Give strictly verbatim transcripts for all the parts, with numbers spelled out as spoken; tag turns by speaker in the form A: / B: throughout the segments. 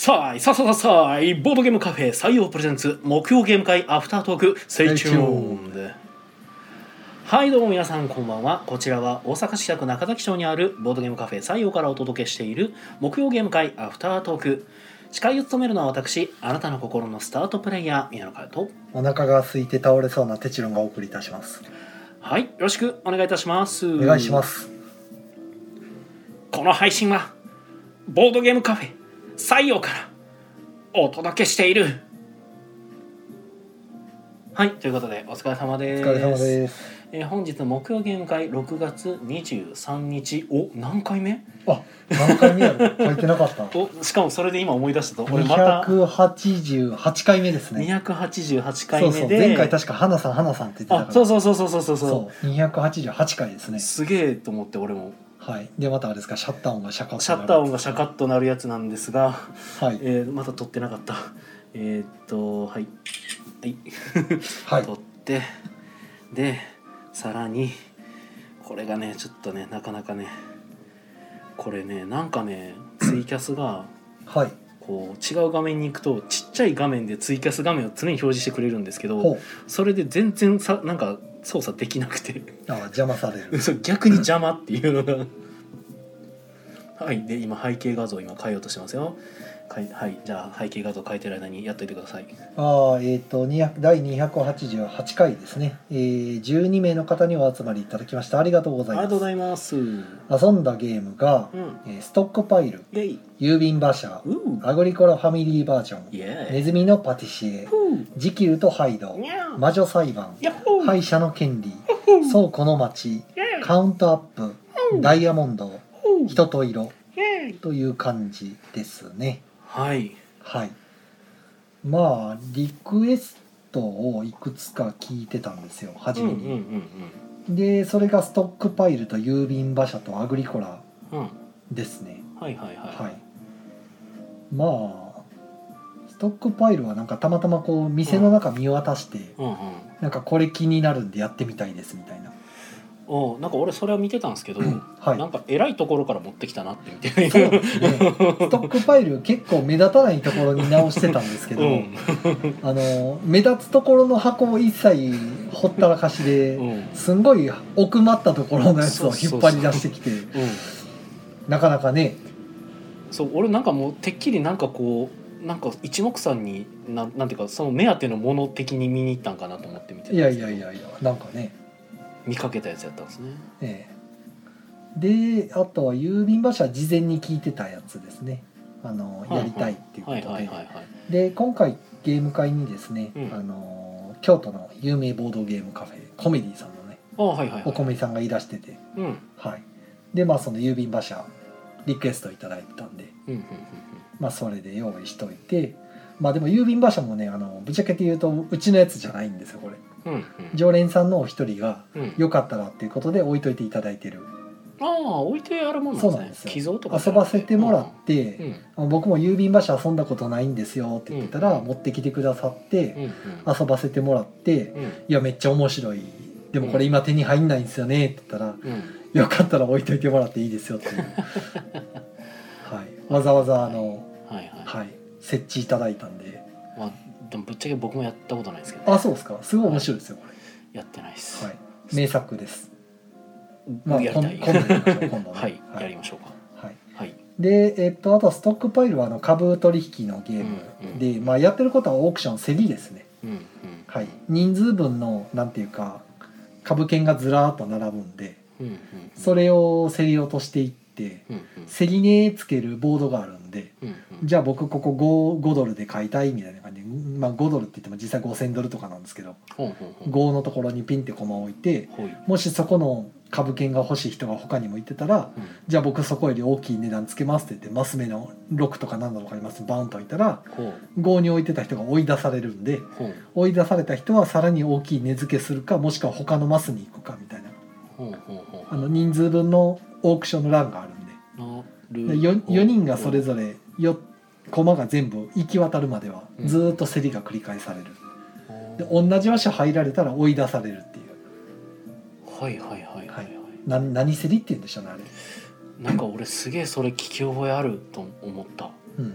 A: さあいさあさあさあいボードゲームカフェ採用プレゼンツ木曜ゲーム会アフタートークステイチューン。はいどうも皆さんこんばんは。こちらは大阪市北区中崎町にあるボードゲームカフェ採用からお届けしている木曜ゲーム会アフタートーク。司会を務めるのは私、あなたの心のスタートプレイヤー宮野佳代と、
B: お腹が空いて倒れそうなテチロンがお送りいたします。
A: はい、よろしくお願いいたします。
B: お願いします。
A: この配信はボードゲームカフェ採用からお届けしている。はい、ということでお疲れ様です。
B: お疲れ様です。
A: えー、本日の木曜ゲーム会ろくがつにじゅうさんにち、お何回目？
B: あ、何回目やろ書いてなかった
A: おしかもそれで今思い出したと、俺また
B: にひゃくはちじゅうはちかいめですね。
A: にひゃくはちじゅうはちかいめで、
B: そうそう、前回確か花さん花さんって言ってたから、
A: あ、そうそうそうそうそうそう
B: そうにひゃくはちじゅうはちかいですね。
A: すげえと思って俺も。
B: はい。でまたあれですか、シャッター音がシャカッと
A: シャッター音がシャカッとなるやつなんですが、
B: はい、
A: えー、また撮ってなかった。えー、っとはいはい
B: はい
A: 撮ってでさらにこれがねちょっとねなかなかねこれねなんかねツイキャスが
B: はい、
A: こう違う画面に行くとちっちゃい画面でツイキャス画面を常に表示してくれるんですけど、
B: ほう、
A: それで全然さなんか操作できなくて
B: あ、邪魔される
A: そう逆に邪魔っていうのがはいで今背景画像今変えようとしてますよ。はい、はい、じゃあ背景画像変えてる間にやっといてください。
B: ああ、えっ、ー、とだいにひゃくはちじゅうはちかいですね、えー、じゅうにめいの方にお集まりいただきました。ありがとうございます。
A: ありがとうございます。
B: 遊んだゲームが、うん、えー、ストックパイル、郵便馬車、アグリコラファミリーバージョン、ネズミのパティシエ、ジキルとハイド、魔女裁判、敗者の権利、倉庫の町、カウントアップ、ダイヤモンド、人と色という感じですね。
A: はい
B: はい。まあリクエストをいくつか聞いてたんですよ初めに、うんうんうんうん、でそれがストックパイルと郵便馬車とアグリコラですね、うん、はいはいはい、はい、まあストックパイルはなんかたまたまこう店の中見渡して、うんうんうん、なんかこれ気になるんでやってみたいですみたいな。
A: おなんか俺それは見てたんですけど、うんはい、なんか偉いところから持ってきたなって見て
B: そうですねストックパイル結構目立たないところに直してたんですけど、うん、あの目立つところの箱を一切ほったらかしで、うん、すんごい奥まったところのやつを引っ張り出してきて、なかなかね。
A: そう俺なんかもうてっきりなんかこうなんか一目散に な, なんていうかその目当てのもの的に見に行ったんかなと思って見てたんですけど、
B: いやいやいやいやなんかね
A: 見かけたやつやったんですね。
B: ええ、であとは郵便馬車事前に聞いてたやつですね。あの、はいはい、やりたいっていうことで、で今回ゲーム会にですね、うん、あの京都の有名ボードゲームカフェコメディさんのね、あ、はいはいはい、お米さんがいらしてて、うん、はい、でまあその郵便馬車リクエストいただいたんで、うんうんうんうん、まあそれで用意しといて、まあでも郵便馬車もねあのぶっちゃけて言うとうちのやつじゃないんですよこれ。うんうん、常連さんのお一人が、うん、よかったらっていうことで置いといていただいてる。
A: ああ置いてあるものなんですね。そうなんですよ。寄贈とか
B: 遊ばせてもらって、うん、僕も郵便馬車遊んだことないんですよって言ってたら、うん、持ってきてくださって、うんうん、遊ばせてもらって、うん、いやめっちゃ面白いでもこれ今手に入んないんですよねって言ったら、うん、よかったら置いといてもらっていいですよっていう、はい、わざわざあの、はいはいはい、設置いただいたんで、
A: まあ、でもぶっちゃけ僕もやったことないですけど、ね、
B: あそうですか。すごい面白いですよこれ。
A: やってないです、はい、
B: 名作です。
A: まあ、やりたい今度やりましょう今度、ねはいはい、やりましょうか、
B: はいはい、で、えっと、あとはストックパイルはあの株取引のゲームで、うんうん、まあ、やってることはオークション競りですね、うんうんはい、人数分のなんていうか株券がずらーっと並ぶんで、うんうんうん、それを競り落としていって、うんうん、競り値つけるボードがあるんで、うんうん、じゃあ僕ここ 5, ごドルで買いたいみたいな感じで、まあ、ごドルって言っても実際ごせんドルとかなんですけど、ほうほうほうごのところにピンってコマを置いて、もしそこの株券が欲しい人が他にもいてたら、うん、じゃあ僕そこより大きい値段つけますって言ってマス目のろくとかななとかありますバーンと置いたらごに置いてた人が追い出されるんで、追い出された人はさらに大きい値付けするかもしくは他のマスに行くかみたいな、あの人数分のオークションの欄があるんで、 4, 4人がそれぞれよ駒が全部行き渡るまではずっと競りが繰り返される、うん、で同じ場所入られたら追い出されるっていう。はいはいはいはい、はい、な何競りって言うんでしょうねあれ。
A: なんか俺すげえそれ聞き覚えあると思った、うん、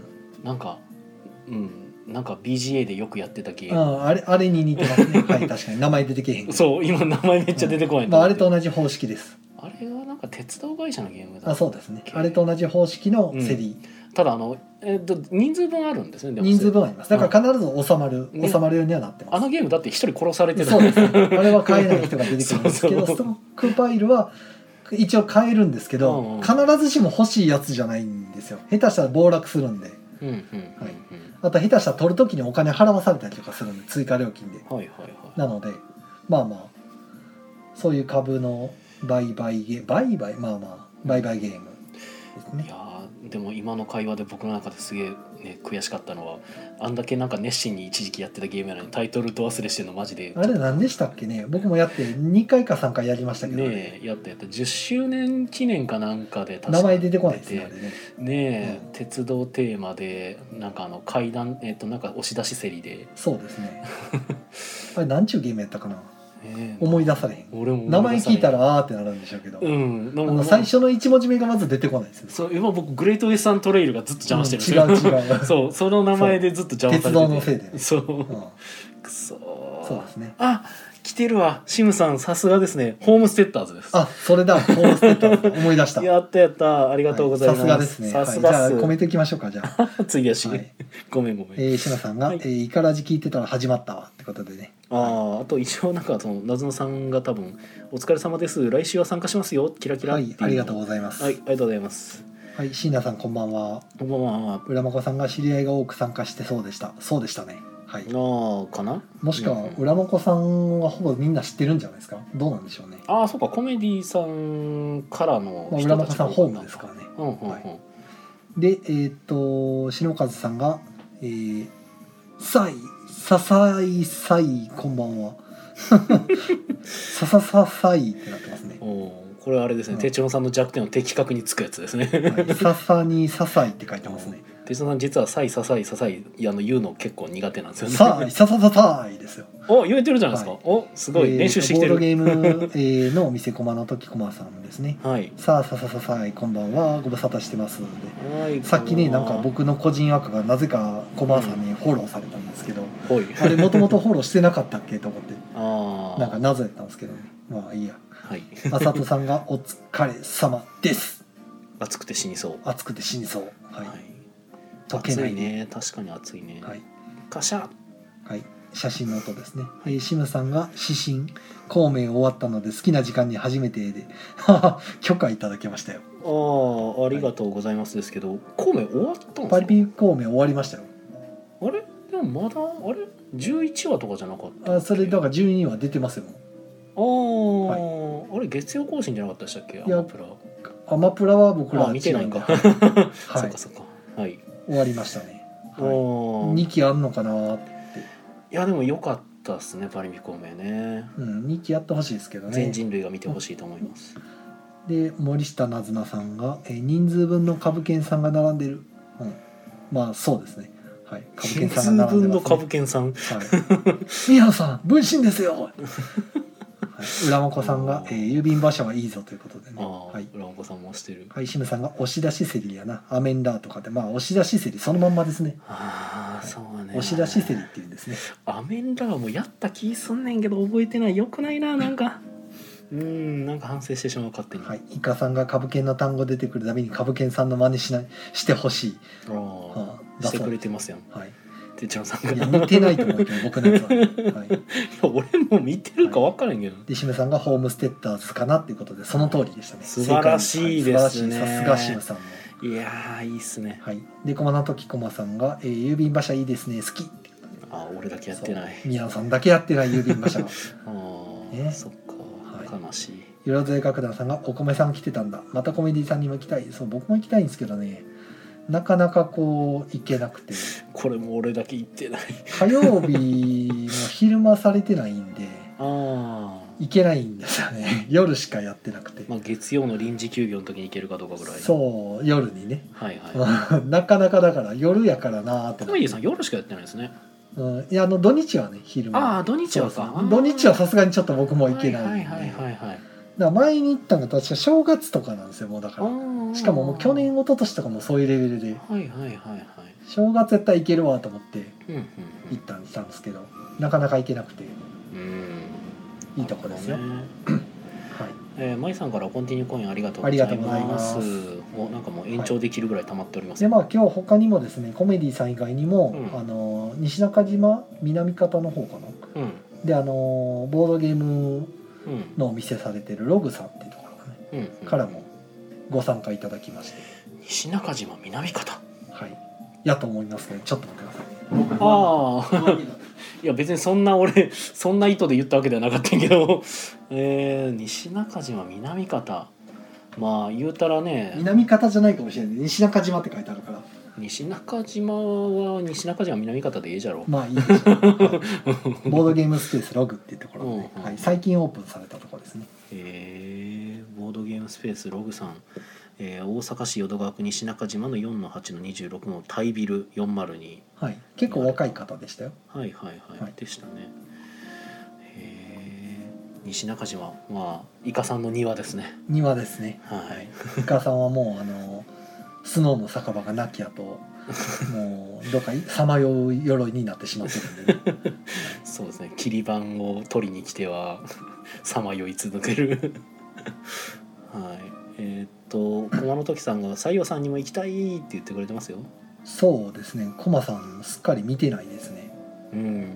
A: なんかうんなんか ビージーエー でよくやってたゲー
B: あ
A: ム。
B: ああれあれに似てますねはい確かに名前出てけへんけど
A: そう今名前めっちゃ出てこない、
B: うんまあ、あれと同じ方式です。
A: あれはなんか鉄道会社のゲームだ
B: あそうですねあれと同じ方式の競り、
A: うん、ただあの、えー、と人数分あるんですね。でも
B: 人数分あります。だから必ず収まる、
A: ね、
B: 収まるようにはなってます。
A: あのゲームだって一人殺されてる。
B: そうですねあれは買えない人が出てくるんですけど
A: そうそう
B: ストックパイルは一応買えるんですけど、
A: うんうん、
B: 必ずしも欲しいやつじゃないんですよ。下手したら暴落するんで、
A: うんうんうんうん、
B: はい、あと下手したら取る時にお金払わされたりとかするんで追加料金で、
A: はいはいはい、
B: なのでまあまあそういう株の売買ゲ売買まあまあ売買ゲームですね。
A: いやでも今の会話で僕の中ですげえ、ね、悔しかったのはあんだけなんか熱心に一時期やってたゲームやのにタイトルと忘れしてるのマジで。
B: あれ何でしたっけね。僕もやってにかいかさんかいやりましたけどね。
A: ねえやったやったじゅっしゅうねん記念かなんかで確か
B: 名前出てこないですねあれね。
A: ねえ、
B: うん、
A: 鉄道テーマでなんかあの階段えっ、ー、となんか押し出し競りで
B: そうですねあれ何ちゅうゲームやったかな、
A: えー、
B: 思い出されへん。
A: 俺も
B: 名前聞いたらあーってなるんでしょうけど、
A: うん、
B: あの最初のいち文字目がまず出てこないですよね。
A: そう今僕グレートウエスタントレイルがずっと邪魔してるんですよ、
B: うん、違う違う
A: そうその名前でずっと邪魔されてて
B: 鉄道のせいで、ね、
A: そう、うん、くそそうですね。あ来てるわシムさんさすがですね。ホームステッターズです。
B: あそれだホームステッターズ思い出した
A: やったやったありがとうございます、
B: はい、さすがですね。
A: さすがっす、
B: はい、じゃあコメントいきましょうかじゃあ
A: 次やし、はい、ごめんごめん。
B: えー、シムさんが、はいえー、イカラジ聞いてたら始まったわってことでね。
A: あああと一応なんかそのなずのさんが多分お疲れ様です来週は参加しますよキラキラっていう、
B: はいありがとうございます。
A: はいありがとうございます。
B: はい椎名さんこんばんは。
A: こんばんは。
B: 浦真子さんが知り合いが多く参加してそうでしたそうでしたね。はい、
A: ああかな。
B: もしくは浦真子さんはほぼみんな知ってるんじゃないですか。どうなんでしょうね。
A: ああそうかコメディさんからの
B: まあ、浦真子さんホームですからね。
A: うんうんうん、はい、
B: でえー、っと篠和さんが「えー、さいささいさいこんばんは」ささささいってなってますね。
A: おこれあれですね、うん、手帳さんの弱点を的確につくやつですね、
B: はい、ささにささいって書いてますね。
A: 手帳さん実はさいささいささいあの言うの結構苦手なんですよね。
B: さいささささいですよ。
A: お言えてるじゃないですか、はい、おすごい練習してきてる、
B: えー、ボードゲーム、えー、のお店コマの時コマさんですね。はいさあささささいこんばんはご無沙汰してますので、はい、さっきねなんか僕の個人アカがなぜかコマさんにフォローされたんですけど、うん、あれもともとフォローしてなかったっけと思ってあなんか謎やったんですけど、ね、まあいいや。はいあさとさんがお疲れ様です。
A: 暑くて死にそう
B: 暑くて死にそうはい、はい
A: 溶けないね確かに暑いね。はい。カシャ。
B: はい。写真の音ですね。はい、えー、シムさんが指針孔明終わったので好きな時間に初めてで許可いただきましたよ。
A: ああありがとうございますですけど、はい、孔明終わったんですか。
B: パリピ孔明終わりましたよ。
A: あれでもまだあれじゅういちわとかじゃなかったっけ。
B: あそれだからじゅうにわ出てますよ。
A: ああ、はい、あれ月曜更新じゃなかったでしたっけ。アマプラ。
B: アマプラは僕ら
A: 見てないんか。
B: はい。
A: そっかそっか。はい。
B: 終わりましたね。はい、にきあんのかなって。
A: いやでも良かったですねパリピ孔明ね。
B: うん、にきやってほしいですけどね。
A: 全人類が見てほしいと思います。
B: で森下なずなさんが、えー、人数分の株券さんが並んでる。うん、まあそうですね。はい。株券さんが並んでます、ね。人数分の
A: 株券さん。はい。
B: 宮野さん分身ですよ。はい、浦真子さんが、えー、郵便馬車はいいぞということでね。はい、
A: 浦真子さんもしてる。
B: はい、シムさんが押し出し競りやな、アメンダーとかで、まあ押し出し競りそのまんまですね。
A: ああ、そうね。
B: 押し出し競りっていうんですね。
A: アメンダーもやった気すんねんけど覚えてない。よくないななんか。うんなんか反省してしまう勝手に。
B: はい、イカさんが株券の単語出てくるたびに株券さんの真似しないしてほしい。ああ、
A: はあ、してくれてますやん。はい。てっちゃんさんが
B: いや見てないと思うけど僕のやつは、はい、いや
A: 俺も見てるか分からんけど、はい、
B: でシムさんがホームステッターズかなっていうことでその通りでしたね。
A: 素晴らしいですね。
B: さすがシムさんも
A: いやーいいっすね。
B: はい、で駒の時駒さんが、えー、郵便馬車いいですね好きって。
A: あ俺だけやってない。
B: 宮野さんだけやってない郵便馬車が
A: あ、ね、そっか、はい、悲しい。
B: よろずえ楽団さんがお米さん来てたんだまたコメディさんにも行きたい。そう僕も行きたいんですけどねなかなかこう行けなくて。
A: これも俺だけ行ってない。
B: 火曜日も昼間されてないんで
A: あ
B: 行けないんですよね。夜しかやってなくて、
A: まあ、月曜の臨時休業の時に行けるかどうかぐらい。
B: そう夜にね、
A: はいはい、
B: なかなかだから夜やからなーって。
A: コメディさん夜しかやってないですね。
B: うん、いやあの土日はね昼間。
A: ああ土日はか。
B: 土日はさすがにちょっと僕も行けないんで、
A: はいはいはいはい、
B: から前に行ったのが確か正月とかなんですよ。もうだからしかももう去年一昨年とかもそういうレベルで、
A: はいはいはいはい、
B: 正月やったらいけるわと思って
A: うんうんうん、
B: 行ったんしたんですけど、なかなか行けなくて、
A: うん、
B: いいとこですよ。
A: ね
B: はい、
A: えー、マイさんからコンティニューコインありがとうご
B: あり
A: ざい
B: がとうございま
A: ますす。おなんかもう延長できるぐらい溜まっております。
B: でまあ今日他にもですね、コメディさん以外にも、
A: うん
B: あの西中島南方の方かな、
A: うん
B: であのボードゲーム
A: うん
B: のお店されてるログさんっていうところがね、
A: うんうん、
B: からもご参加いただきまして、
A: 西中島南方、
B: はいやと思いますね。ちょっと待ってください。
A: ああいや別にそんな俺そんな意図で言ったわけではなかったんやけど、えー、西中島南方、まあ言うたらね、
B: 南方じゃないかもしれない。西中島って書いてあるから、
A: 西中島は西中島南方でいいじゃろ。
B: まあいいでしょう、はいボードゲームスペースログっていうところで、ね
A: うんうん、
B: はい、最近オープンされたところですね。
A: えー、ボードゲームスペースログさん、えー、大阪市淀川区西中島の よんのはちのにじゅうろく のタイビルよんまるに、
B: はい、結構若い方でしたよ。
A: はいはいはい、
B: はい、
A: でしたね。へー、西中島、まあイカさんの庭ですね。
B: 庭ですね。
A: はい、
B: イカさんはもうあのスノーの酒場がなきゃともうどっかさまよう鎧になってしまってるんで、ね、
A: そうですね、切り板を取りに来てはさまよい続けるはい、えー、っと駒の時さんが西洋さんにも行きたいって言ってくれてますよ。
B: そうですね、コマさんすっかり見てないですね。
A: うん、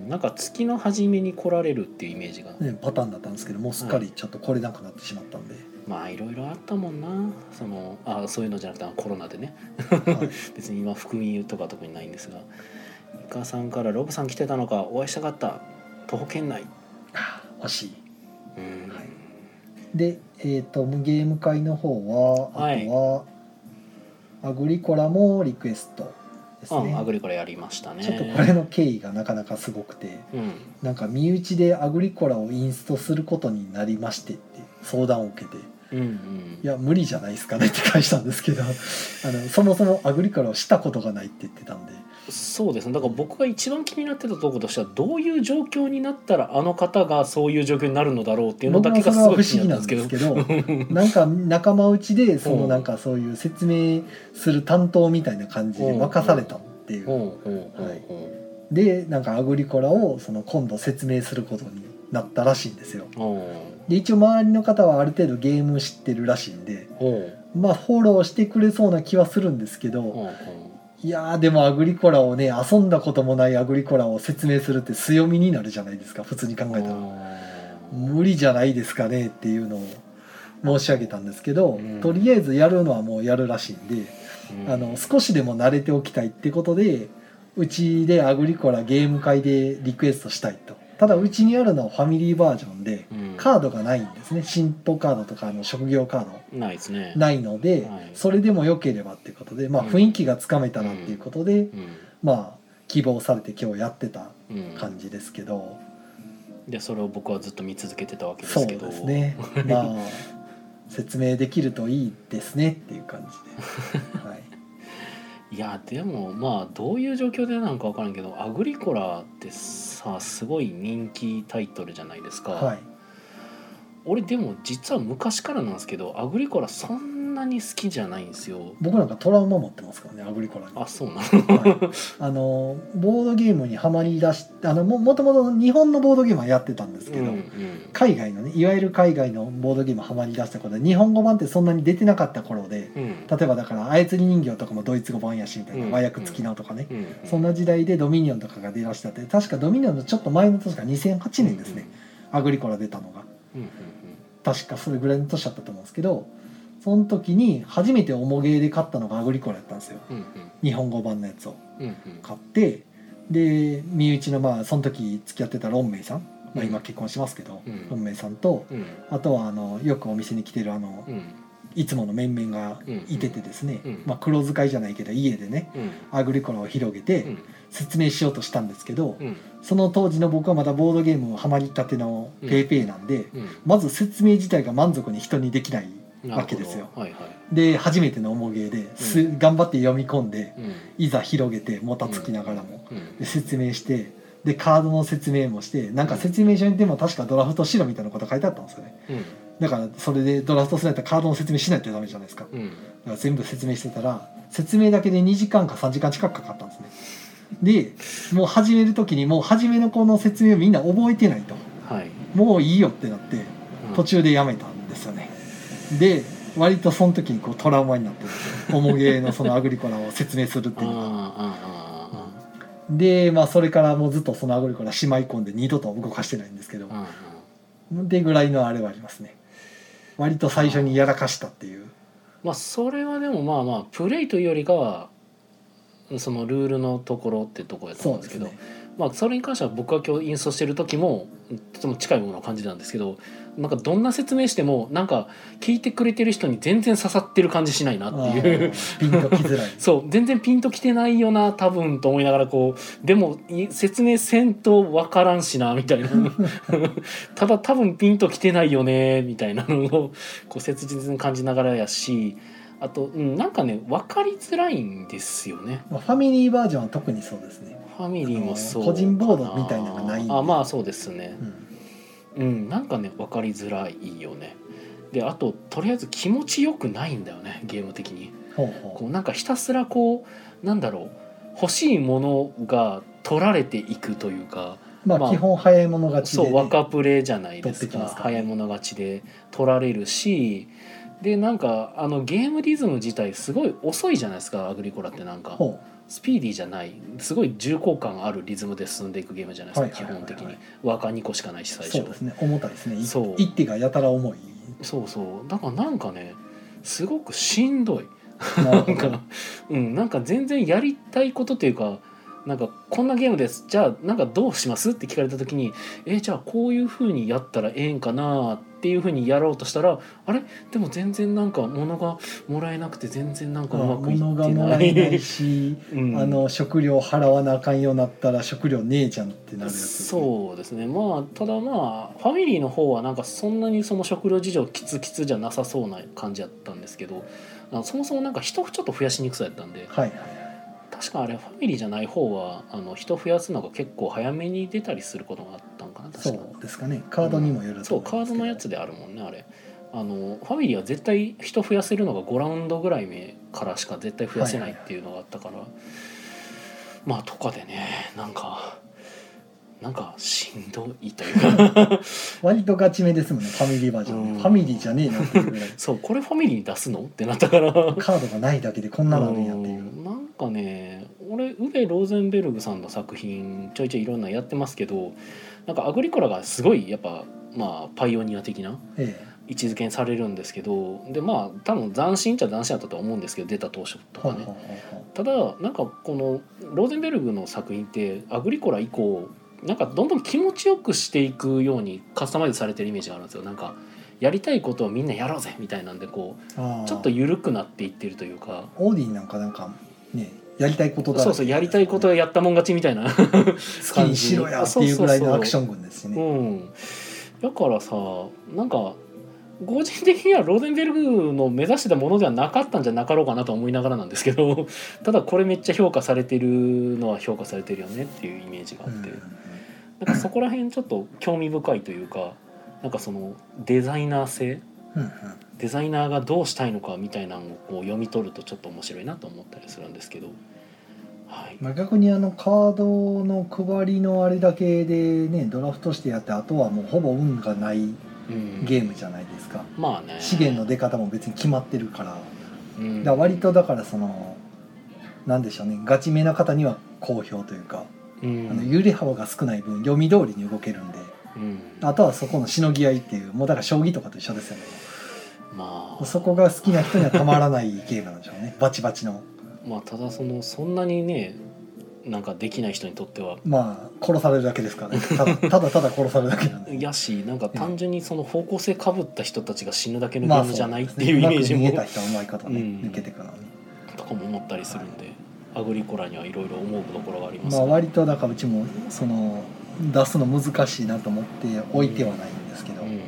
A: なんか月の初めに来られるっていうイメージが、
B: ね、パターンだったんですけど、もうすっかりちょっと来れなくなってしまったんで、
A: まあいろいろあったもんな、そのあそういうのじゃなくてコロナでね、
B: はい、
A: 別に今福音とか特にないんですが、イカさんからロブさん来てたのかお会いしたかった徒歩圏内、
B: 惜しい。
A: うん、
B: はい、で、えー、とゲーム会の方は、
A: はい、
B: あとはアグリコラもリクエストですね。
A: あアグリコラやりましたね。
B: ちょっとこれの経緯がなかなかすごくて、
A: うん、
B: なんか身内でアグリコラをインストすることになりましてって相談を受けて、
A: うんうん、
B: いや無理じゃないですかねって返したんですけどあのそもそもアグリコラをしたことがないって言ってたんで。
A: そうですね、だから僕が一番気になってたところとしては、どういう状況になったらあの方がそういう状況になるのだろうっていうのだけがすごい気になったんですけど、
B: なんか仲間内でそのなんかそういう説明する担当みたいな感じで任されたっていう。でなんかアグリコラをその今度説明することになったらしいんですよ。で一応周りの方はある程度ゲーム知ってるらしいんで、まあフォローしてくれそうな気はするんですけど、いやーでもアグリコラをね、遊んだこともないアグリコラを説明するって強みになるじゃないですか、普通に考えたら。無理じゃないですかねっていうのを申し上げたんですけど、うん、とりあえずやるのはもうやるらしいんで、うん、あの少しでも慣れておきたいってことで、うちでアグリコラゲーム会でリクエストしたいと。ただうちにあるのはファミリーバージョンで、うん、カードがないんですね。進歩カードとかあの職業カード
A: ないですね。
B: ないので、はい、それでもよければっていうことで、まあ、雰囲気がつかめたらっていうことで、うんうん、まあ希望されて今日やってた感じですけど、
A: うん、でそれを僕はずっと見続けてたわけですけど、
B: そうですね、まあ説明できるといいですねっていう感じで、はい、
A: いやでもまあどういう状況でなんか分からんけど、アグリコラってさすごい人気タイトルじゃないですか、はい、俺でも実は昔からなんですけどアグリコラそんなに好きじゃないんですよ。
B: 僕なんかトラウマ持ってますからね、アグリコラに。
A: あ、そうなの、
B: はい、あのボードゲームにはまりだし、あの も, もともと日本のボードゲームはやってたんですけど、うんうん、海外のね、いわゆる海外のボードゲームはまりだしたことで、日本語版ってそんなに出てなかった頃で、うん、例えばだから操り人形とかもドイツ語版やしみたいな、うん、和訳付きのとかね、うんうん、そんな時代でドミニオンとかが出だしたって、確かドミニオンのちょっと前の年かにせんはちねんですね、うんうん、アグリコラ出たのが、うんうんうん、確かそれぐらいの年だったと思うんですけど、その時に初めておもげで買ったのがアグリコラやったんですよ、うんうん、日本語版のやつを買って、うんうん、で身内のまあその時付き合ってたロンメイさん、まあ、今結婚してますけど、うん、ロンメイさんと、うん、あとはあのよくお店に来てるあの、うん、いつもの面々がいててですね、うんうん、まあ、黒使いじゃないけど家でね、うん、アグリコラを広げて説明しようとしたんですけど、うん、その当時の僕はまだボードゲームをハマりたてのペーペーなんで、うんうん、まず説明自体が満足に人にできないわけですよ、はいはい、で初めてのおもげで、うん、頑張って読み込んで、うん、いざ広げてもたつきながらも、うん、で説明してでカードの説明もして、なんか説明書にでも確かドラフトしろみたいなこと書いてあったんですよね、うん、 だからそれでドラフトされたカードの説明しないとダメじゃないですか。だ
A: うん
B: から全部説明してたら説明だけでにじかんかさんじかん近くかかったんですね。でもう始める時にもう初めのこの説明をみんな覚えてないと、
A: はい、
B: もういいよってなって途中でやめたんですよね。で割とその時にこうトラウマになってるんですよ。重げのそのアグリコラを説明するっていうのが。でまあそれからもうずっとそのアグリコラしまい込んで二度と動かしてないんですけど、でぐらいのあれはありますね。割と最初にやらかしたっていう。
A: まあそれはでもまあまあプレイというよりかはそのルールのところってとこやと思うんですけど、
B: そうですね。
A: まあそれに関しては僕が今日インストしてる時もとても近いものを感じたんですけど、なんかどんな説明してもなんか聞いてくれてる人に全然刺さってる感じしないなっていう
B: ピンときづらい
A: そう全然ピンときてないよな多分と思いながらこうでも説明せんと分からんしなみたいなただ多分ピンときてないよねみたいなのをこう切実に感じながらやし、あと、うん、なんかね分かりづらいんですよね。
B: まあ、ファミリーバージョンは特にそうですね。
A: ファミリーもそう
B: 個人ボードみたいなのがないんで。
A: あまあそうですね、
B: うん、
A: うん、なんかね分かりづらいよね。であととりあえず気持ちよくないんだよねゲーム的に。
B: ほうほう
A: こうなんかひたすらこうなんだろう欲しいものが取られていくというか、
B: まあ、まあ、基本早い者勝ちで、ね、
A: そう若プレじゃないですか。
B: ますからね、
A: 早い者勝ちで取られるし、でなんかあのゲームリズム自体すごい遅いじゃないですかアグリコラって。なんかスピーディーじゃないすごい重厚感あるリズムで進んでいくゲームじゃないですか、基本的に若にこしかないし最初。
B: そうですね、重たいですね。
A: そう
B: 一手がやたら重い。
A: そうそうだからなんかねすごくしんどい
B: なん
A: か、うん、なんか全然やりたいことというか、なんかこんなゲームですじゃあなんかどうしますって聞かれた時にえじゃあこういう風にやったらええんかなっていう風にやろうとしたらあれでも全然なんか物がもらえなくて全然なんかうまくいってない、
B: 物がもらえないし、うん、あの食料払わなあかんようになったら食料ねえじゃんってなるやつですね。
A: そうですね。まあただまあファミリーの方はなんかそんなにその食料事情キツキツじゃなさそうな感じやったんですけど、そもそもなんか人ちょっと増やしにくそうやったんで、
B: はいはい、
A: 確かあれファミリーじゃない方はあの人増やすのが結構早めに出たりすることがあったんかな。確か
B: そうですかね。カードにもよると思いますけど、
A: うん、そうカードのやつであるもんねあれ。あのファミリーは絶対人増やせるのがごラウンドぐらい目からしか絶対増やせないっていうのがあったから、はいはいはい、まあとかでねなんかなんかしんどいというか
B: 割とガチめですもんねファミリーバージョン、うん、ファミリーじゃねえなっていうぐらい
A: そうこれファミリーに出すのってなったから
B: カードがないだけでこんなのあるんやっていう、
A: うん、なんかね俺ウベ・ローゼンベルグさんの作品ちょいちょいいろんなやってますけど、なんかアグリコラがすごいやっぱまあパイオニア的な位置づけにされるんですけど、でまあ多分斬新っちゃ斬新だったと思うんですけど出た当初とかね、ははははただなんかこのローゼンベルグの作品ってアグリコラ以降なんかどんどん気持ちよくしていくようにカスタマイズされてるイメージがあるんですよ。なんかやりたいことをみんなやろうぜみたいなんでこうちょっと緩くなっていってるというか、
B: オーディなんかなんかねやりたいことだ、ね、
A: そうそうやりたいことをやったもん勝ちみたいな
B: 好きにしろやっていうぐらいのアクション群ですね。
A: うん、だからさなんか個人的にはローゼンベルグの目指してたものではなかったんじゃなかろうかなと思いながらなんですけどただこれめっちゃ評価されてるのは評価されてるよねっていうイメージがあって、うん、なんかそこら辺ちょっと興味深いというか、なんかそのデザイナー性、うんうん、デザイナーがどうしたいのかみたいなのをこう読み取るとちょっと面白いなと思ったりするんですけど、はい、
B: まあ、逆にあのカードの配りのあれだけでねドラフトしてやってあとはもうほぼ運がないゲームじゃないですか、
A: うん、まあね、
B: 資源の出方も別に決まってるから、
A: うん、
B: だから割とだからそのなんでしょうねガチめな方には好評というか、うん、あの揺れ幅が少ない分読み通りに動けるんで、うん、あとはそこのしのぎ合いっていうもうだから将棋とかと一緒ですよね。
A: まあ、
B: そこが好きな人にはたまらないゲームなんでしょうねバチバチの。
A: まあただそのそんなにねなんかできない人にとっては
B: まあ殺されるだけですからねただただただ殺されるだけなんで
A: やしなんか単純にその方向性かぶった人たちが死ぬだけのゲームじゃないっていうイメージも、
B: まあ、そうですね、うまく逃げた人はうまいことね、うん、抜けてくるのに
A: とかも思ったりするんで、はい、アグリコラにはいろいろ思うところがあります、
B: ね、まあ割とだからうちもその出すの難しいなと思って置いてはないんですけど、うんうんうん、はい、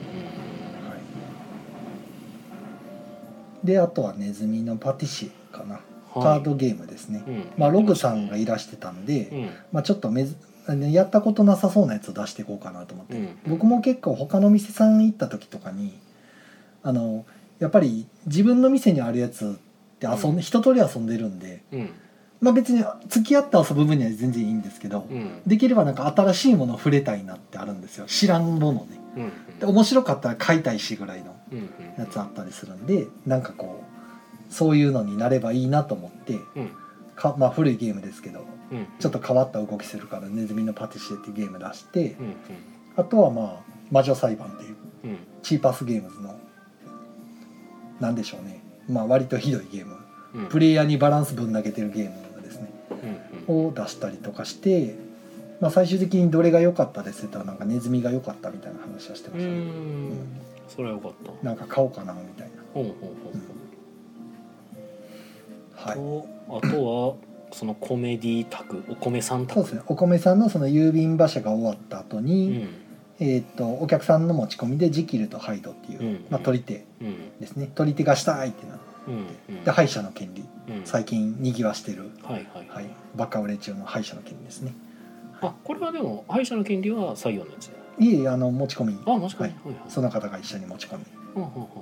B: であとはネズミのパティシエかな、カードゲームですね、うん、まあ、ログさんがいらしてたんで、うん、まあ、ちょっとめずやったことなさそうなやつを出していこうかなと思って、うん、僕も結構他の店さん行った時とかにあのやっぱり自分の店にあるやつって遊んで、うん、一通り遊んでるんで、うん、まあ別に付き合って遊ぶ分には全然いいんですけど、うん、できればなんか新しいものを触れたいなってあるんですよ。知らんものね、うんうん、で面白かったら買いたいしぐらいのやつあったりするんで、なんかこうそういうのになればいいなと思って、うん、かまあ古いゲームですけど、うん、ちょっと変わった動きするからネズミのパティシエっていうゲーム出して、うんうん、あとはまあ魔女裁判っていう、うん、チーパスゲームズのなんでしょうね、まあ割とひどいゲーム、うん、プレイヤーにバランスぶん投げてるゲームですね、うんうん、を出したりとかして、まあ、最終的にどれが良かったですって言ったらなんかネズミが良かったみたいな話はしてましたね。うん、うん、
A: それは良かった。
B: なんか買おうかなみたいな。ほうほう
A: ほう、うん、はい。とあとはそのコメディ宅、お米さん宅。
B: そうですね。お米さんのその郵便馬車が終わった後に、うん、えー、とお客さんの持ち込みでジキルとハイドっていう、うんうん、まあ、取り手ですね、うん、取り手がしたいってなって、うんうん、で敗者の権利、うん、最近にぎわしてる、はいはいはい、バカ売れ中の敗者の権利ですね。
A: あ、これはでも敗者の権利は採用のやつ。
B: いえ、あの持ち込み、
A: あ、持ち込み、はい
B: はいはい、その方が一緒に持ち込み、うんうんうん、はい、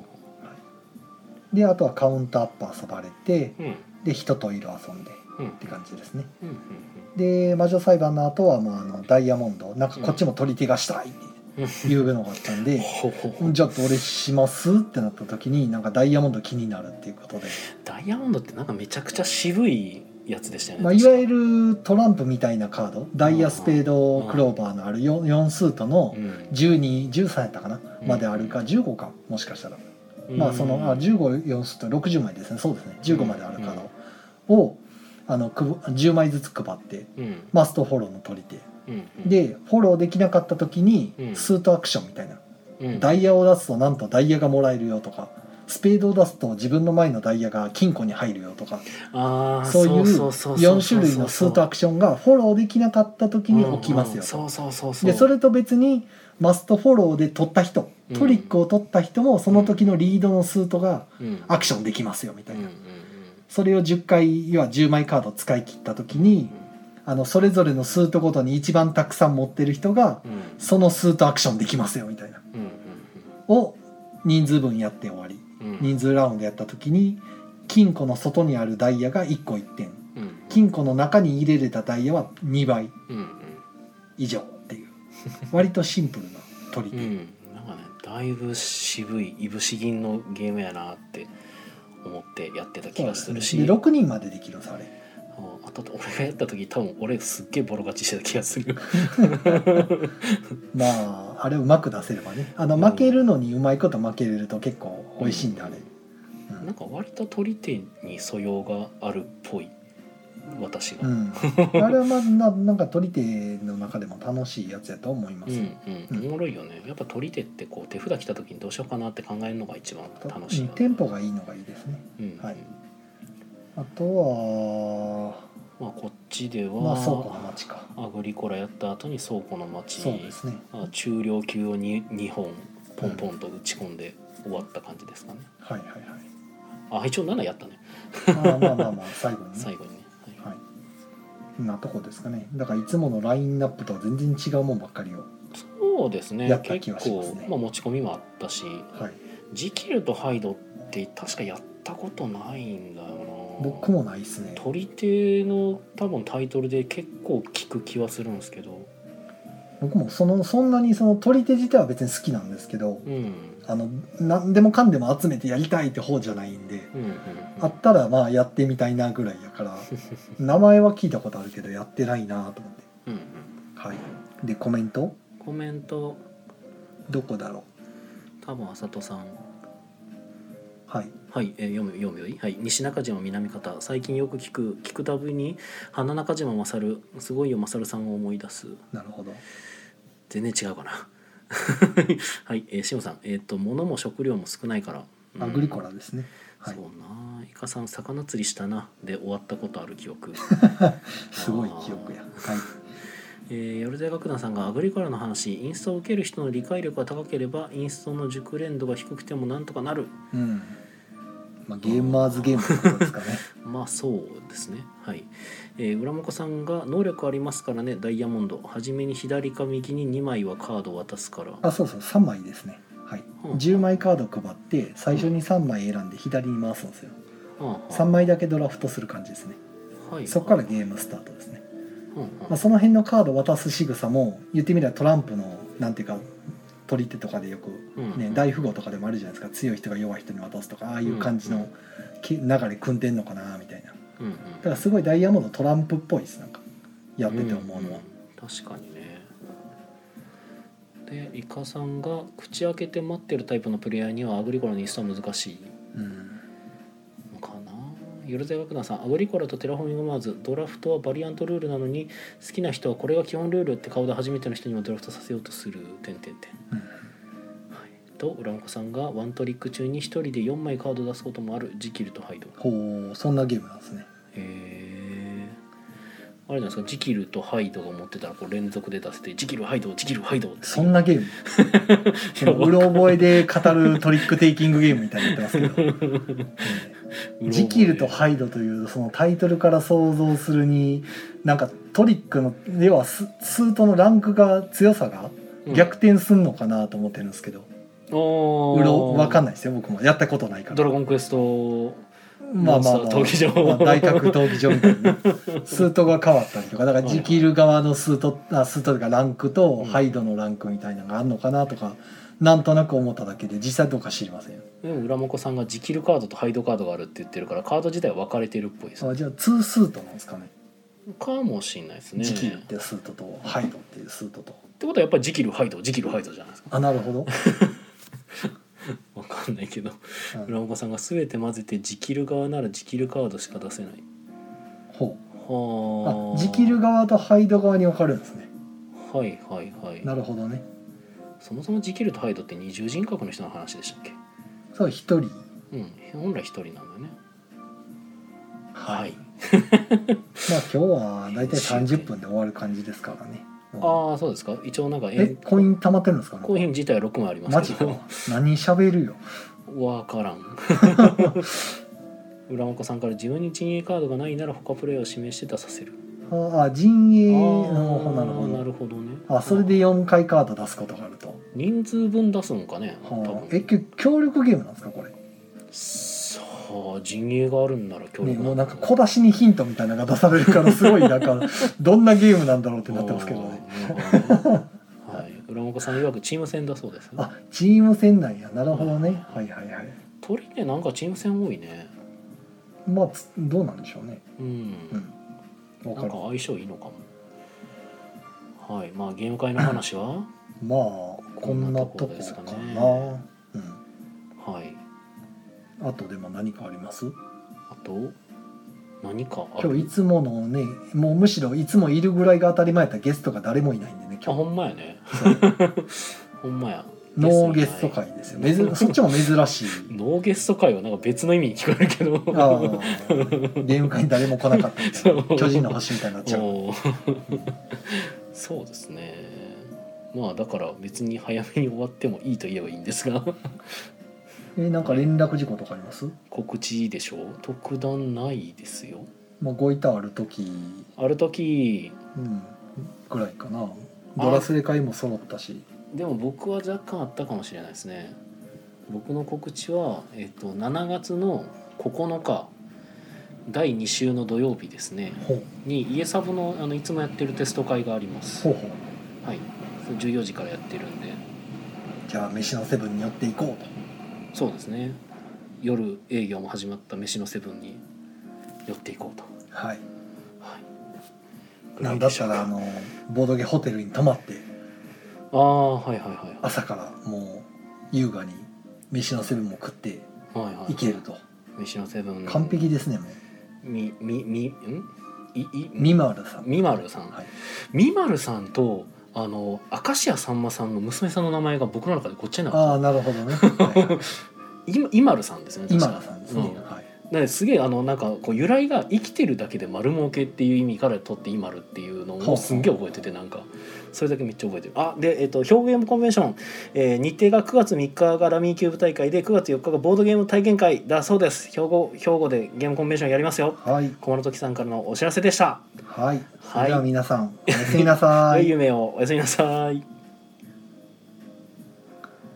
B: であとはカウンターアップ遊ばれて、うん、で人と色遊んで、うん、って感じですね、うんうんうん、で魔女裁判の後はもうあのダイヤモンドなんかこっちも取り手がしたいっていうのがあったんで、うん、じゃあどれしますってなった時になんかダイヤモンド気になるっていうことで、
A: ダイヤモンドってなんかめちゃくちゃ渋いやつでしたよね、
B: まあ、いわゆるトランプみたいなカード、ダイヤスペードクローバーのある 4, よんスートのじゅうに、じゅうさんやったかな、うん、まであるかじゅうごかもしかしたら、うん、まあそのあじゅうご、よんスートろくじゅうまいですね、そうですね、じゅうごまであるカードをあのじゅうまいずつ配って、うん、マストフォローの取り手、うんうん、でフォローできなかった時にスートアクションみたいな、うん、ダイヤを出すとなんとダイヤがもらえるよとか、スペードを出すと自分の前のダイヤが金庫に入るよとか、あそういうよん種類のスートアクションがフォローできなかった時に起きますよと。でそれと別にマストフォローで取った人、トリックを取った人もその時のリードのスートがアクションできますよみたいな、それをじゅっかい要はじゅうまいカード使い切った時に、あのそれぞれのスートごとに一番たくさん持ってる人がそのスートアクションできますよみたいなを人数分やって終わり、人数ラウンドやった時に金庫の外にあるダイヤがいっこいってん、金庫の中に入れれたダイヤはにばい以上っていう割とシンプルな取り手、うん、
A: なんかねだいぶ渋いいぶし銀のゲームやなって思ってやってた気がするし、
B: でろくにんまでできるんですあれ。
A: あと俺がやった時多分俺すっげえボロ勝ちしてた気がする
B: まああれうまく出せればね、あの負けるのにうまいこと負けれると結構美味しいんであれ、
A: うんうん、なんか割と取り手に素養があるっぽい私が、うん、
B: あれはまあ な, なんか取り手の中でも楽しいやつやと思います、
A: うんうん、おもろいよね。やっぱ取り手ってこう手札来た時にどうしようかなって考えるのが一番楽しい、
B: うん、テンポがいいのがいいですね、うん、はい。あとは
A: まあこっちでは、
B: まあ、倉庫の町か、
A: アグリコラやった後に倉庫の町、
B: そうですね、
A: まあ、中量級を 2, にほんポンポンと打ち込んで終わった感じですかね、
B: うん、はいはいはい。
A: あ一応ななやったね
B: あまあまあまあまあ最後にね
A: 最後にね、はい、はい、
B: なとこですかね。だからいつものラインナップとは全然違うもんばっかりを
A: そうですね、やった気はしますね。結構、まあ、持ち込みもあったし、はい、ジキルとハイドって確かやったことないんだよな。
B: 僕もないですね。
A: 取り手の多分タイトルで結構聞く気はするんですけど、
B: 僕もそのそんなにその取り手自体は別に好きなんですけど、うん、あの何でもかんでも集めてやりたいって方じゃないんで、うんうんうん、あったらまあやってみたいなぐらいやから名前は聞いたことあるけどやってないなと思って、うんうん、はい。でコメント
A: コメント
B: どこだろ
A: う、多分あさとさん、
B: はい
A: はい、えー、読む読むよい、はい、西中島南方、最近よく聞く聞くたびに花中島勝すごいよ勝さんを思い出す。
B: なるほど、
A: 全然違うかなはい、えー、しおさん、えっ、ー、と物も食料も少ないから、
B: うん、アグリコラですね、
A: はい、そうな、イカさん魚釣りしたなで終わったことある記憶
B: すごい記憶や、はい。
A: えー、ヨルゼ楽団さんがアグリコラの話、インストを受ける人の理解力が高ければインストの熟練度が低くてもなんとかなる、うん、
B: まあ、ゲーマーズゲームってことですかね
A: まあそうですね、はい。えー、浦本さんが能力ありますからね、ダイヤモンド初めに左か右ににまいはカードを渡すから、
B: あそうそうさんまいですね、 はい、
A: うん
B: じゅうまいカード配って最初にさんまい選んで左に回すんですよ。
A: はあ
B: さんまいだけドラフトする感じですね。
A: はい、
B: そこからゲームスタートですね。
A: うんうん
B: まあ、その辺のカード渡す仕草も言ってみればトランプのなんていうか取り手とかでよく、ね
A: うんうん
B: 大富豪とかでもあるじゃないですか。強い人が弱い人に渡すとかああいう感じのき流れ組んでんのかなみたいな。だ
A: うんうん
B: からすごいダイヤモンドトランプっぽいです。なんかやってて思うのは、
A: んん確かにね。でイカさんが口開けて待ってるタイプのプレイヤーにはアグリコラのインストは難しい
B: うん
A: のかな。よろずや楽団さん、アグリコラとテラフォーミングマーズドラフトはバリアントルールなのに好きな人はこれが基本ルールって顔で初めての人にもドラフトさせようとする点点点
B: うん
A: はいと浦本さんがワントリック中にひとりでよんまいカード出すこともあるジキルとハイド。
B: ほうそんなゲームなんですね。
A: へえ。あれじゃないですか、ジキルとハイドが持ってたらこう連続で出せてジキルハイドジキルハイドって
B: そんなゲームそのうろ覚えで語るトリックテイキングゲームみたいになってますけど、ね、ジキルとハイドというそのタイトルから想像するになんかトリックの要はススートのランクが強さが逆転すんのかなと思ってるんですけど、
A: お
B: うろ分かんないですよ僕もやったことないから。
A: ドラゴンクエスト
B: まあまあまあ、
A: モンスター闘技場
B: まあ大格闘技場みたいなスートが変わったりとかだからジキル側のスートあスートというかランクとハイドのランクみたいなのがあるのかなとかなんとなく思っただけで実際どうか知りませんよ。
A: でも浦本さんがジキルカードとハイドカードがあるって言ってるからカード自体は分かれてるっぽいですね。
B: あじゃあツースートなんですかね。
A: かもしれないですね。
B: ジキルっていうスートとハイドっていうスートと。
A: ってことはやっぱりジキルハイドジキルハイドじゃないですか。
B: あなるほど。
A: 分かんないけど
B: うん
A: 浦本さんが全て混ぜてジキル側ならジキルカードしか出せない。
B: ほう
A: はあ。
B: あジキル側とハイド側に分かるんですね。
A: はいはいはい。
B: なるほどね。
A: そもそもジキルとハイドって二重人格の人の話でしたっけ。
B: そう一人
A: うん本来一人なんだよね。はい。
B: まあ今日はだいたいさんじゅっぷんで終わる感じですからね。
A: ああそうですか。一応なんか
B: えコイン溜まってるんですかね。
A: コイン自体はろくまいありま
B: マジか
A: すけど。
B: 何喋るよ。
A: わからん。浦本さんから自分に陣営カードがないなら他プレイを指名して出させる。
B: ああ陣営
A: あ
B: のなるほ
A: ーな
B: ど。
A: るほどね。
B: あそれでよんかいカード出すことがあると。
A: 人数分出すのかね。多
B: はあ、
A: 分。
B: えき協力ゲームなんですかこれ。
A: さあ陣営があるんなら協
B: ね、
A: 力
B: もうなんか小出しにヒントみたいなのが出されるからすごいなんかどんなゲームなんだろうってなってますけどね。
A: はい。浦本さん曰くチーム戦だそうです。
B: あチーム戦なんやなるほどね。はいはいはい。
A: 鳥ねなんかチーム戦多いね。
B: まあつどうなんでしょうね。
A: うん。
B: うん。わかる
A: なんか。相性いいのかも。はい。まあゲーム会の話は
B: まあこんなとこかな。
A: こんなとこですかね
B: うん。
A: はい。
B: あとでも何かあります？
A: あと何かある。
B: 今日いつものねもうむしろいつもいるぐらいが当たり前やったゲストが誰もいないんでね
A: あ
B: 今日
A: ほんまやね。ほんまや。
B: ノーゲスト会ですよ。めずそっちも珍しい。
A: ノーゲスト会はなんか別の意味に聞こえるけど。
B: ああゲーム会に誰も来なかったみたいな
A: そう
B: 巨人の星みたいになっちゃう。
A: おーそうですね。まあだから別に早めに終わってもいいと言えばいいんですが
B: えなんか連絡事項とかあります？
A: 告知でしょ。特段ないですよ。
B: まあご板ある時、
A: ある時
B: うん、ぐらいかな。ドラスレ会も揃ったし。
A: でも僕は若干あったかもしれないですね。僕の告知は、えっと、しちがつのここのかだいに週の土曜日ですね
B: ほう
A: に家サブの、あのいつもやってるテスト会があります。
B: ほうほう。
A: はい、それじゅうよじからやってるんで。
B: じゃあ飯のセブンに寄っていこうと。
A: そうですね。夜営業も始まった飯のセブンに寄っていこうと。
B: はい。
A: はい。
B: なんだったらあのボードゲホテルに泊まって
A: ああはいはいはい
B: 朝からもう優雅に飯のセブンも食って
A: はいはいはい
B: いけると。
A: 飯のセブン
B: 完璧ですねもう。
A: みみみんいい
B: みまるさん。
A: みまるさん、
B: はい。
A: みまるさんとあの明石家さんまさんの娘さんの名前が僕の中でごっちゃにな
B: ああ
A: るん
B: なるほどね。はいはい
A: ですよ。いいまるさんですよね。
B: 今
A: 確か
B: 田さんですね。
A: うん
B: はい。
A: ですげえあのなんかこう由来が生きてるだけで丸儲けっていう意味から取って「いまる」っていうのをすんげえ覚えてて、なんかそれだけめっちゃ覚えてる。あで、えっと、兵庫ゲームコンベンション、えー日程がくがつみっかがラミーキューブ大会でくがつよっかがボードゲーム体験会だそうです。兵庫兵庫でゲームコンベンションやりますよ。
B: はい
A: 小室時さんからのお知らせでした。
B: はい。そ
A: はい
B: れでは皆さんおやすみなさ
A: 良い
B: い。い
A: 夢をおやすみなさい。
B: やー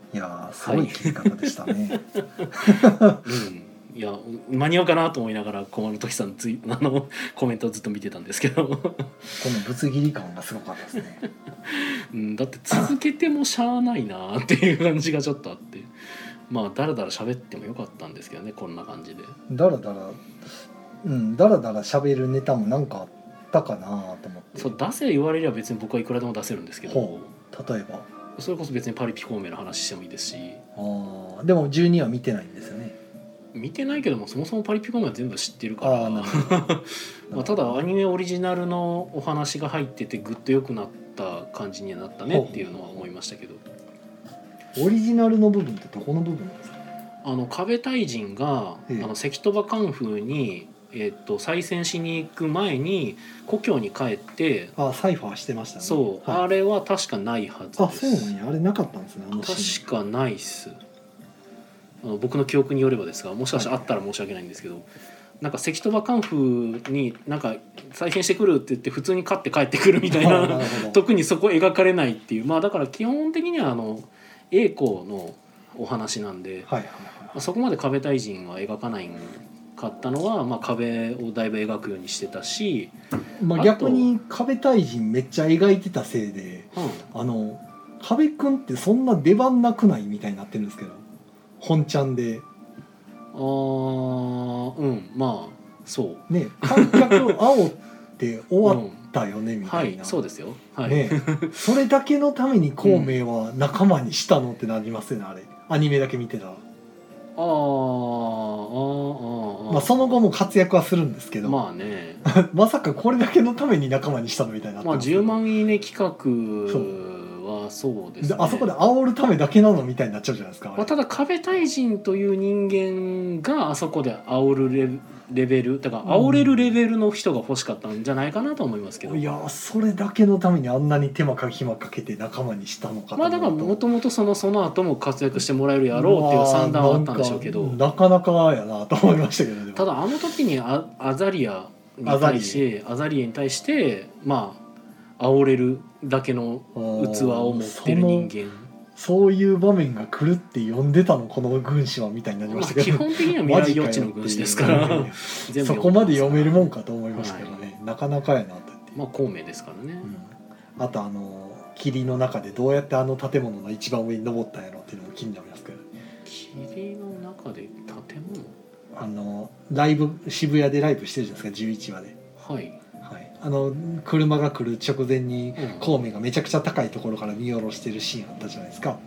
B: やすごい切り方でしたね、
A: はい、うん、いや間に合うかなと思いながら駒の時さんツイあのコメントをずっと見てたんですけどこの
B: ぶつ切り感がすごかったですね、
A: うん、だって続けてもしゃあないなっていう感じがちょっとあってまあだらだら喋ってもよかったんですけどねこんな感じで
B: だらだらうんだらだら喋るネタもなんかあったかなと思って。
A: そう出せ言われれば別に僕はいくらでも出せるんですけど、
B: 例えば
A: それこそ別にパリピ孔明の話してもいいですし。
B: あでもじゅうには見てないんですよね。
A: 見てないけどもそもそもパリピ孔明は全部知ってるから
B: あま
A: あただアニメオリジナルのお話が入っててグッと良くなった感じにはなったねっていうのは思いましたけど。
B: オリジナルの部分ってどこの部分ですか？
A: あの壁大臣が、
B: ええ、
A: あの関戸場カンフーに、えー、と再戦しに行く前に故郷に帰って
B: あサイファーしてましたね。
A: そう、はい、あれは確かないはずです。
B: あそうなんやあれなかったんですね。あの
A: 確かないっす。あの僕の記憶によればですがもしかしたらあったら申し訳ないんですけど、はい、なんか関戸場カンフーになんか再戦してくるって言って普通に勝って帰ってくるみたいな特にそこ描かれないっていうまあだから基本的にはあの栄光のお話なんで、はいはいはい、そこまで壁大臣は描かないかったのは、まあ、壁をだいぶ描くようにしてたし、
B: まあ、逆に壁大臣めっちゃ描いてたせいで、うん、あの壁くんってそんな出番なくないみたいになってるんですけど本ちゃんで
A: あーうんまあそう
B: ね観客煽って終わったよね、うん、みたいな、
A: はいそうですよ、はい
B: ね、それだけのために孔明は仲間にしたのってなりますよねあれアニメだけ見てたら。ああまあその後も活躍はするんですけど
A: まあね
B: まさかこれだけのために仲間にしたのみたいな。
A: まあじゅうまんいいね企画はそうですね。
B: あそこで煽るためだけなのみたいになっちゃうじゃないですか。
A: まあ、ただ壁大臣という人間があそこで煽るレレベルだから煽れるレベルの人が欲しかったんじゃないかなと思いますけど、
B: うん、いやそれだけのためにあんなに手間か暇かけて仲間にしたのかと。
A: まあだからもともとそのその後も活躍してもらえるやろうっていう算段はあったんでしょうけど、
B: なかなかやなと思いましたけど。
A: ただあの時に ア, アザリアに対してアザリエに対してまあ煽れるだけの器を持ってる人間、
B: そういう場面が来るって呼んでたのこの軍師はみたいになりましたけど、
A: まあ、基本的には未来予知の軍師ですから
B: 全部そこまで読めるもんかと思いましたけどね、はい、なかなかやなと。
A: まあ孔明ですからね、
B: うん、あとあの霧の中でどうやってあの建物の一番上に登ったんやろっていうのも気になりますけど、
A: 霧の中で建物
B: あのライブ渋谷でライブしてるじゃないですかじゅういちわで、
A: はい
B: はい、あの車が来る直前に孔明がめちゃくちゃ高いところから見下ろしてるシーンあったじゃないですか。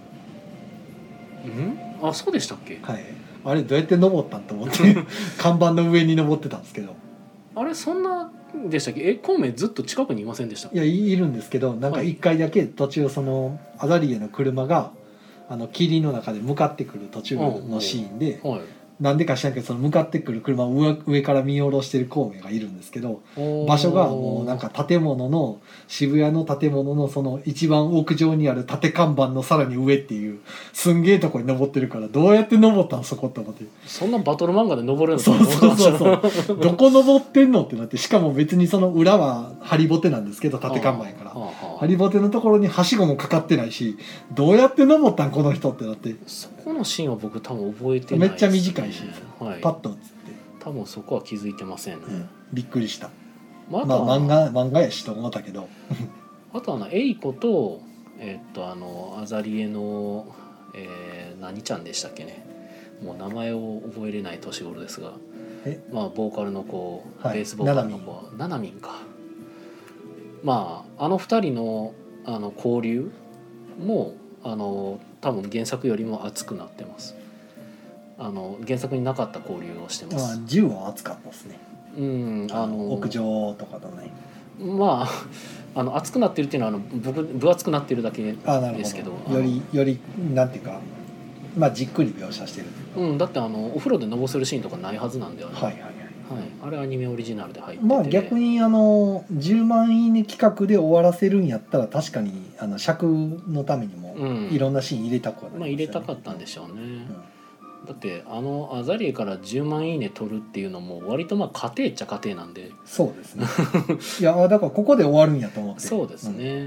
A: うんあそうでしたっけ。
B: はい、あれどうやって登ったんと思って看板の上に登ってたんですけど
A: あれそんなでしたっけ。え孔明ずっと近くにいませんでした。
B: いやいるんですけどなんか一回だけ途中そのアザリエの車があの霧の中で向かってくる途中のシーンで、はい、なんでか知らんけどその向かってくる車を 上, 上から見下ろしてる孔明がいるんですけど、場所がもうなんか建物の渋谷の建物のその一番屋上にある縦看板のさらに上っていうすんげえとこに登ってるからどうやって登ったんそこって思って、
A: そんなバトル漫画で登れるの。
B: そうそうそうそうどこ登ってんのってなって、しかも別にその裏はハリボテなんですけど縦看板やからハリボテのところにはしごもかかってないしどうやって登ったんこの人ってなって、
A: そこのシーンは僕多分覚えてないです、ね、
B: めっちゃ短いシーンです、はい、パッと映って
A: 多分そこは気づいてませんね、うん、
B: びっくりした。
A: まあ、あ
B: まあ漫画漫画やしと思ったけど
A: あとはエイコとえー、っとあのアザリエの、えー、何ちゃんでしたっけね、もう名前を覚えれない年頃ですが、えまあボーカルの子、はい、ベースボーカルの子はナナミンか。まああの二人のあの交流もあの多分原作よりも熱くなってます。あの原作になかった交流をしてます。
B: あ銃は熱かったですね。
A: うんあの
B: 屋上とかだね。
A: まああの熱くなってるっていうのはあの僕分厚くなってるだけですけど、
B: どよりよりなんていうかまあじっくり描写してる
A: というか、うん、だってあのお風呂でのぼせるシーンとかないはずなんで、あれ、
B: はいはいはい、はい、
A: あれアニメオリジナルで入ってて、
B: まあ逆にあのじゅうまんいいね企画で終わらせるんやったら確かにあの尺のためにもいろんなシーン入れたくはないですよね、うん、まあ
A: 入れたかったんでしょうね、うん、だってあのアザリエからじゅうまんいいね取るっていうのも割とまあ家庭っちゃ家庭なんで、
B: そうですねいやだからここで終わるんやと思って、
A: そうですね、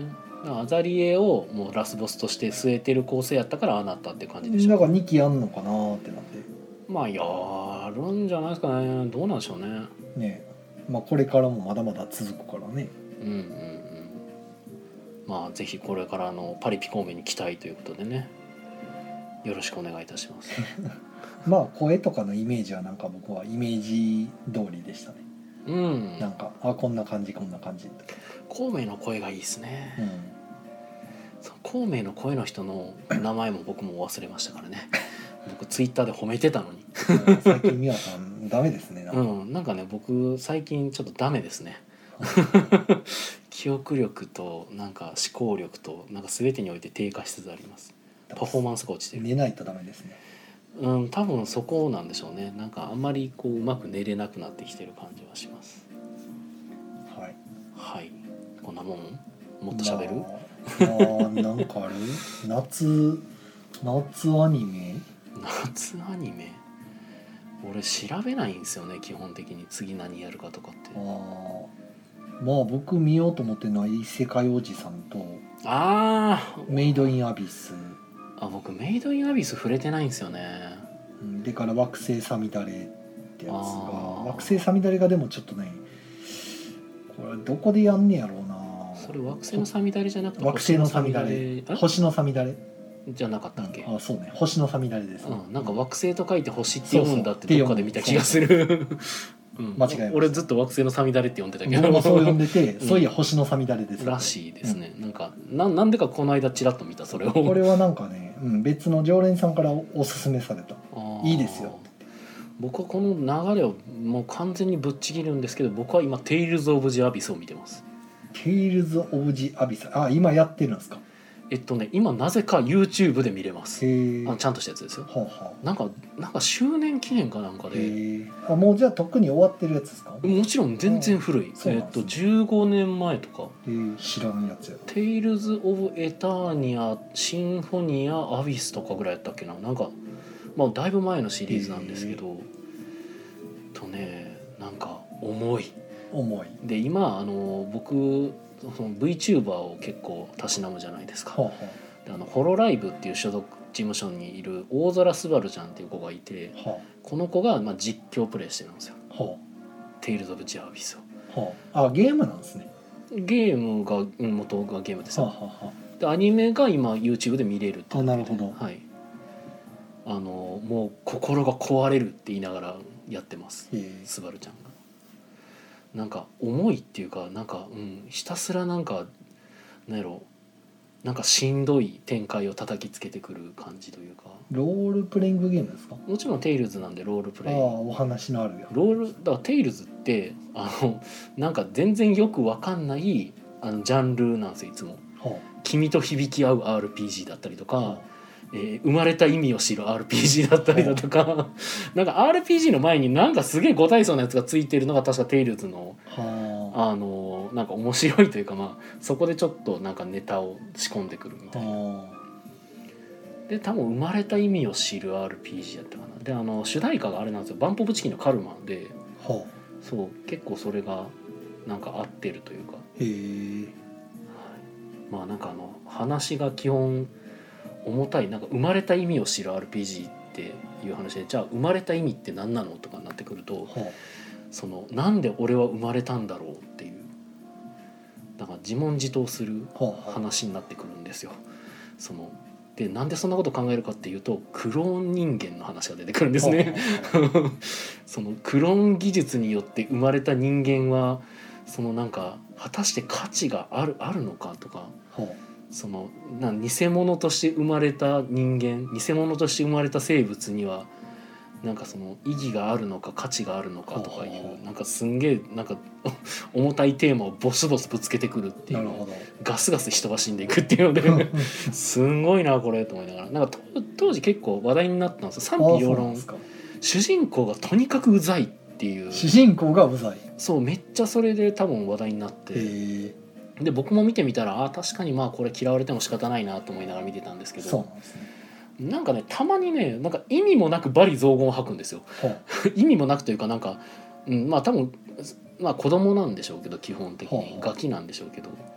A: アザリエをもうラスボスとして据えてる構成やったからああなったって感じでしょ。
B: だからにきやんのかなってなって
A: まあやるんじゃないですかね。どうなんでしょうね。
B: ね。まあこれからもまだまだ続くからね。
A: うんうんうん。まあぜひこれからのパリピ孔明に期待ということでね、よろしくお願いいたします
B: まあ声とかのイメージはなんか僕はイメージ通りでしたね。
A: うん。
B: なんかあこんな感じこんな感じ。
A: 孔明の声がいいですね。
B: うん。
A: そう孔明の声の人の名前も僕も忘れましたからね。僕ツイッターで褒めてたのに。
B: 最近美和さんダメですね。なんか、
A: うん、なんかね僕最近ちょっとダメですね。記憶力となんか思考力となんか全てにおいて低下しつつあります。パフォーマンスが落ちてる。
B: 寝ないとダメですね。
A: うん、多分そこなんでしょうね。なんかあんまりこううまく寝れなくなってきてる感じはします。
B: はい。
A: はい。こんなもん？もっと喋る？
B: まあ、まあ、なんかある？夏夏アニメ？
A: 夏アニメ？俺調べないんですよね基本的に。次何やるかとかって。
B: ああ、まあ僕見ようと思ってるのは異世界おじさんと
A: あ
B: メイドインアビス。
A: あ、僕メイドインアビス触れてないんですよね。
B: うん、でから惑星サミダレってやつが、
A: あー
B: 惑星サミダレがでもちょっとね、これどこでやんねやろうな。
A: それ惑星のサミダレじゃなくて
B: 惑星のサミダレ、星のサミダレ
A: じゃなかったっけ？
B: あ、そうね、星のサミダレですね、
A: うん、なんか惑星と書いて星って読むんだって
B: そうそう
A: どっかで見た気がする。うん、
B: 間違えました。
A: 俺ずっと惑星のサミダレって呼んでたけど
B: 僕もそう呼んでて、
A: うん
B: そういや星のサミダレです、
A: らしいですね、うん、なんかな, なんでかこの間ちらっと見たそれを。
B: これはなんかね、うん、別の常連さんからおすすめされた。いいですよ。
A: 僕はこの流れをもう完全にぶっちぎるんですけど、僕は今テイルズ・オブ・ジ・アビスを見てます。
B: テイルズ・オブ・ジ・アビス、あ、今やってるんですか？
A: えっとね今なぜか YouTube で見れます。
B: へ
A: あちゃんとしたやつですよ。
B: はあはあ、
A: なんかなんか周年記念かなんかで、
B: へあ、もうじゃあとっくに終わってるやつですか？
A: もちろん全然古い、えっとじゅうごねんまえとか。
B: えー、知らんやつや。
A: テイルズ・オブ・エターニア、シンフォニア、アビスとかぐらいやったっけな。なんかまあだいぶ前のシリーズなんですけど、とねなんか重い
B: 重い
A: で、今あの僕その VTuber を結構たしなむじゃないですか。
B: はあは
A: であのホロライブっていう所属事務所にいる大空すばるちゃんっていう子がいて、
B: あは
A: この子がまあ実況プレイしてるんですよ、
B: あは
A: テイルズ・オブ・ジ・アビスを。
B: あはあ、あ、ゲームなんですね。
A: ゲームがうん元がゲームですよ、
B: はあはあは
A: でアニメが今 YouTube で見れるっていうだけで。
B: あなるほど
A: はい、あのもう心が壊れるって言いながらやってます
B: あ、へえ、
A: すばるちゃんが。なんか重いっていうかなんか、うん、ひたすらなんかなんやろなんかしんどい展開を叩きつけてくる感じというか。
B: ロールプレイングゲームですか？
A: もちろんテイルズなんでロールプ
B: ああ、
A: レイ。
B: お話のあるや
A: ロールだからテイルズってあのなんか全然よくわかんないあのジャンルなんですよいつも。
B: は
A: 君と響き合う アールピージー だったりとか、
B: あは
A: えー生まれた意味を知る アールピージー だったりだとかなんか アールピージー の前になんかすげえ五体操のやつがついてるのが確かテイルズの
B: あは
A: あのなんか面白いというか、まあそこでちょっとなんかネタを仕込んでくるみ
B: あ
A: たいな。
B: は
A: で多分生まれた意味を知る アールピージー やったかな。であの主題歌があれなんですよ、バンプ・オブ・チキンのカルマンで、
B: あはあ、
A: そう結構それがなんか合ってるというか、
B: へえ、
A: まあなんかあの話が基本重たい、なんか生まれた意味を知る アールピージー っていう話で、じゃあ生まれた意味って何なのとかになってくると、
B: は
A: そのなんで俺は生まれたんだろうっていうだから自問自答する
B: あはあ、
A: 話になってくるんですよ。そのでなんでそんなこと考えるかっていうとクローン人間の話が出てくるんですね。そのクローン技術によって生まれた人間はそのなんか果たして価値があるあるのかとか、
B: は
A: そのな偽物として生まれた人間、偽物として生まれた生物にはなんかその意義があるのか価値があるのかとかい
B: ほうほうほ
A: うなんかすんげえなんか重たいテーマをボスボスぶつけてくるっていう
B: なるほど。
A: ガスガス人が死んでいくっていうのですんごいなこれと思いながら、なんか当当時結構話題になったんですよ、賛否両論。主人公がとにかくうざいっていう、
B: 主人公がうざい。
A: そうめっちゃそれで多分話題になって、
B: へえ、
A: で僕も見てみたらあ確かにまあこれ嫌われても仕方ないなと思いながら見てたんですけど、
B: そうなんですね。
A: なんかねたまにねなんか意味もなく罵詈雑言を吐くんですよ。
B: は
A: 意味もなくというかなんか、うん、まあ多分まあ子供なんでしょうけど基本的に
B: はあ
A: ガキなんでしょうけど、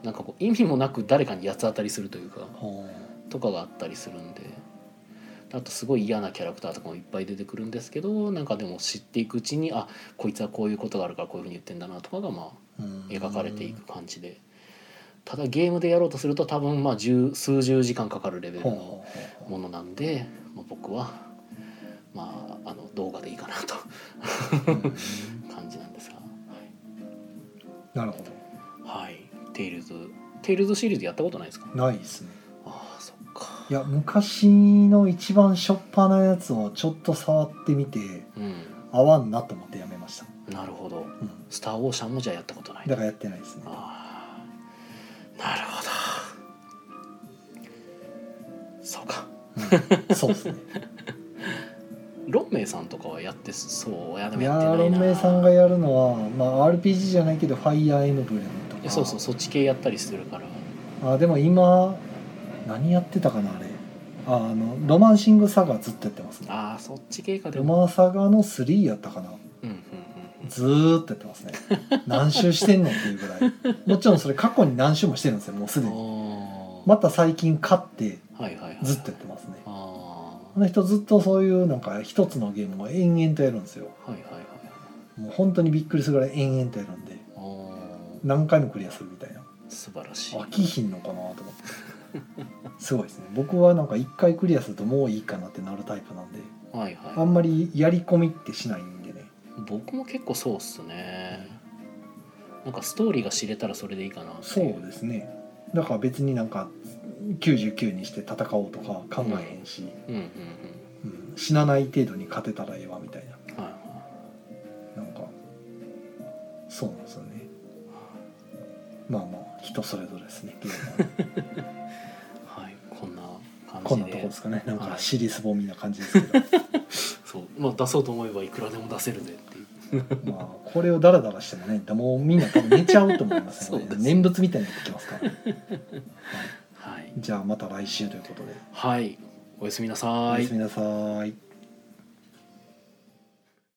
A: なんかこう意味もなく誰かに八つ当たりするというか
B: は
A: とかがあったりするんで、あとすごい嫌なキャラクターとかもいっぱい出てくるんですけど、なんかでも知っていくうちにあこいつはこういうことがあるからこういうふうに言ってんだなとかがまあ描かれていく感じで、ただゲームでやろうとすると多分まあ十数十時間かかるレベルのものなんで、まあ、僕はまああの動画でいいかなと感じなんですが、はい、
B: なるほど。
A: はい、テイルズテイルズシリーズやったことないですか？
B: ないですね。
A: ああそっか。
B: いや昔の一番初っ端なやつをちょっと触ってみて、
A: うん、
B: 合わんなと思ってやめました。
A: なるほど、
B: うん、
A: スターオーシャンもじゃあやったことない。
B: だからやってないですね。
A: ああなるほどそうか、
B: うん、そうですね。
A: ロンメイさんとかはやってそうやでも
B: い
A: やってないな。
B: やロンメイさんがやるのは、まあ、アールピージー じゃないけどファイアーエムブレムとか。
A: そうそうそっち系やったりするから。
B: あでも今何やってたかなあれ。ああのロマンシングサガずっとやってますね。
A: ああそっち系か。で
B: ロ
A: も
B: マンサガのスリーやったかな。
A: うんうんうん、
B: ずーっとやってますね。何周してんのっていうぐらい。もちろんそれ過去に何周もしてるんですよもうすでに。また最近買ってずっとやってますね。あの人ずっとそういうなんか一つのゲームを延々とやるんですよ。はいはいはい、もう本当にびっくりするぐらい延々とやるんで何回もクリアするみたいな。
A: 素晴らしい。
B: 飽きひんのかなと思ってすごいですね。僕はなんか一回クリアするともういいかなってなるタイプなんで、はいはい、あんまりやり込みってしないんでね。
A: 僕も結構そうっすね。なんかストーリーが知れたらそれでいいかなっていう。
B: そうですね。だから別になんかきゅうじゅうきゅうにして戦おうとか考えへんし、うんうんうんうん、死なない程度に勝てたらええわみたいな、はい、なんかそうなんですよね。まあまあ人それぞれですねはい、こんな感じでこんなとこですかね。なんか尻すぼみな感じですけど、はい、そう、まあ出そうと思えばいくらでも出せるぜっていうまあこれをダラダラしてもね、もうみんな多分寝ちゃうと思いますので、ね、念仏みたいになってきますから、ねはいはい、じゃあまた来週ということで、はい、おやすみなさい。おやすみなさい。